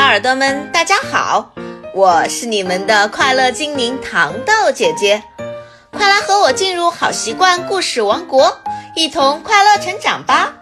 耳朵们，大家好，我是你们的快乐精灵糖豆姐姐，快来和我进入好习惯故事王国，一同快乐成长吧。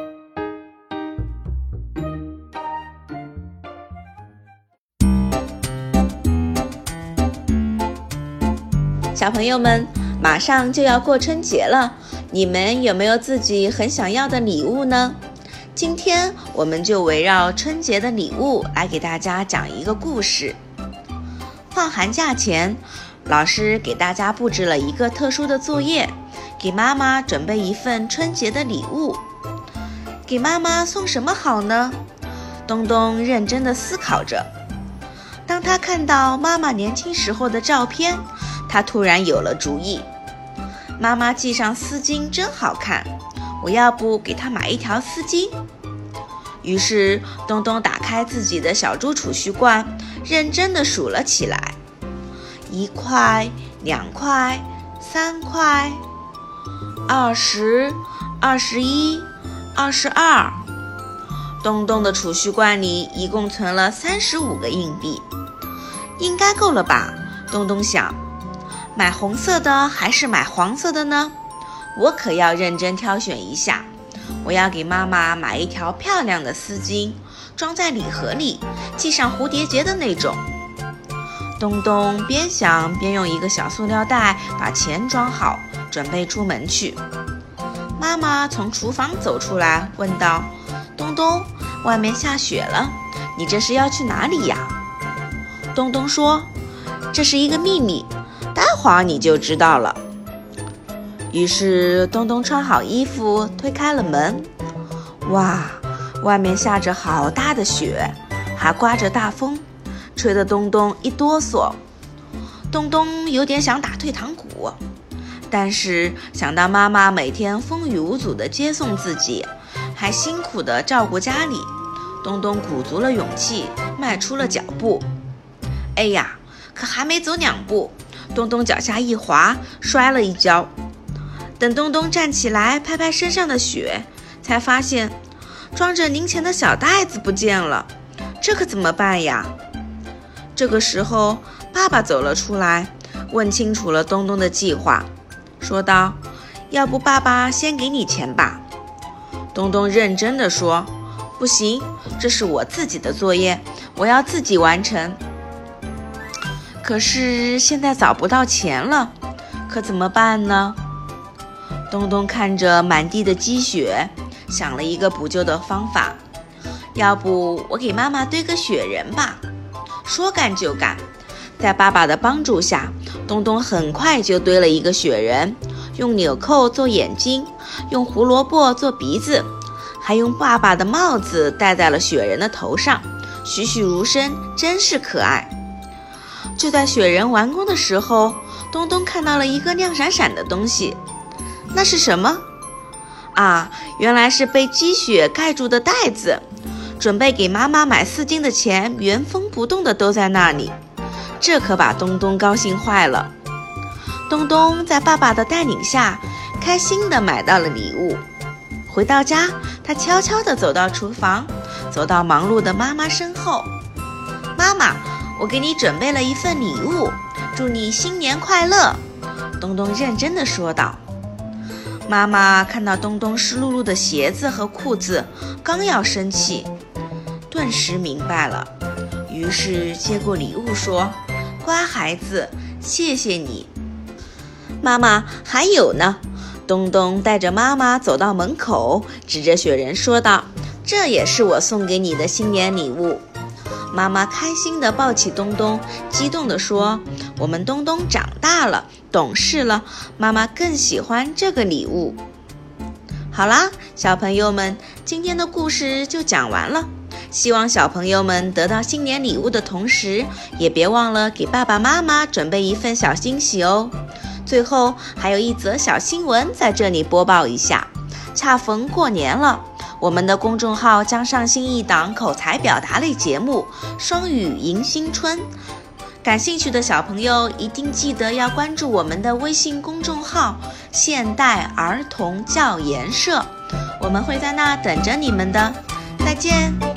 小朋友们，马上就要过春节了，你们有没有自己很想要的礼物呢？今天我们就围绕春节的礼物来给大家讲一个故事。放寒假前，老师给大家布置了一个特殊的作业，给妈妈准备一份春节的礼物。给妈妈送什么好呢？东东认真地思考着。当他看到妈妈年轻时候的照片，他突然有了主意。妈妈系上丝巾真好看，我要不给她买一条丝巾？于是东东打开自己的小猪储蓄罐，认真地数了起来，1块、2块、3块、20、21、22。东东的储蓄罐里一共存了35个硬币，应该够了吧？东东想，买红色的还是买黄色的呢？我可要认真挑选一下。我要给妈妈买一条漂亮的丝巾，装在礼盒里，系上蝴蝶结的那种。东东边想边用一个小塑料袋把钱装好，准备出门去。妈妈从厨房走出来，问道：东东，外面下雪了，你这是要去哪里呀？东东说：这是一个秘密，待会儿你就知道了。于是东东穿好衣服，推开了门。哇，外面下着好大的雪，还刮着大风，吹得东东一哆嗦。东东有点想打退堂鼓，但是想到妈妈每天风雨无阻地接送自己，还辛苦地照顾家里，东东鼓足了勇气，迈出了脚步。哎呀，可还没走2步，东东脚下一滑，摔了一跤。等东东站起来，拍拍身上的雪，才发现装着零钱的小袋子不见了，这可怎么办呀？这个时候，爸爸走了出来，问清楚了东东的计划，说道：要不爸爸先给你钱吧？东东认真地说：不行，这是我自己的作业，我要自己完成。可是现在找不到钱了，可怎么办呢？东东看着满地的积雪，想了一个补救的方法，要不我给妈妈堆个雪人吧？说干就干，在爸爸的帮助下，东东很快就堆了一个雪人，用纽扣做眼睛，用胡萝卜做鼻子，还用爸爸的帽子戴在了雪人的头上，栩栩如生，真是可爱。就在雪人完工的时候，东东看到了一个亮闪闪的东西。那是什么？啊，原来是被积雪盖住的袋子，准备给妈妈买丝巾的钱原封不动地都在那里，这可把东东高兴坏了。东东在爸爸的带领下，开心地买到了礼物。回到家，他悄悄地走到厨房，走到忙碌的妈妈身后。妈妈，我给你准备了一份礼物，祝你新年快乐。东东认真地说道。妈妈看到东东湿漉漉的鞋子和裤子，刚要生气，顿时明白了，于是接过礼物说：乖孩子，谢谢你。妈妈，还有呢。东东带着妈妈走到门口，指着雪人说道：这也是我送给你的新年礼物。妈妈开心地抱起东东，激动地说：我们东东长大了，懂事了，妈妈更喜欢这个礼物。好啦，小朋友们，今天的故事就讲完了。希望小朋友们得到新年礼物的同时，也别忘了给爸爸妈妈准备一份小惊喜哦。最后还有一则小新闻在这里播报一下，恰逢过年了，我们的公众号将上新一档口才表达类节目《双语迎新春》，感兴趣的小朋友一定记得要关注我们的微信公众号“现代儿童教研社”，我们会在那等着你们的。再见。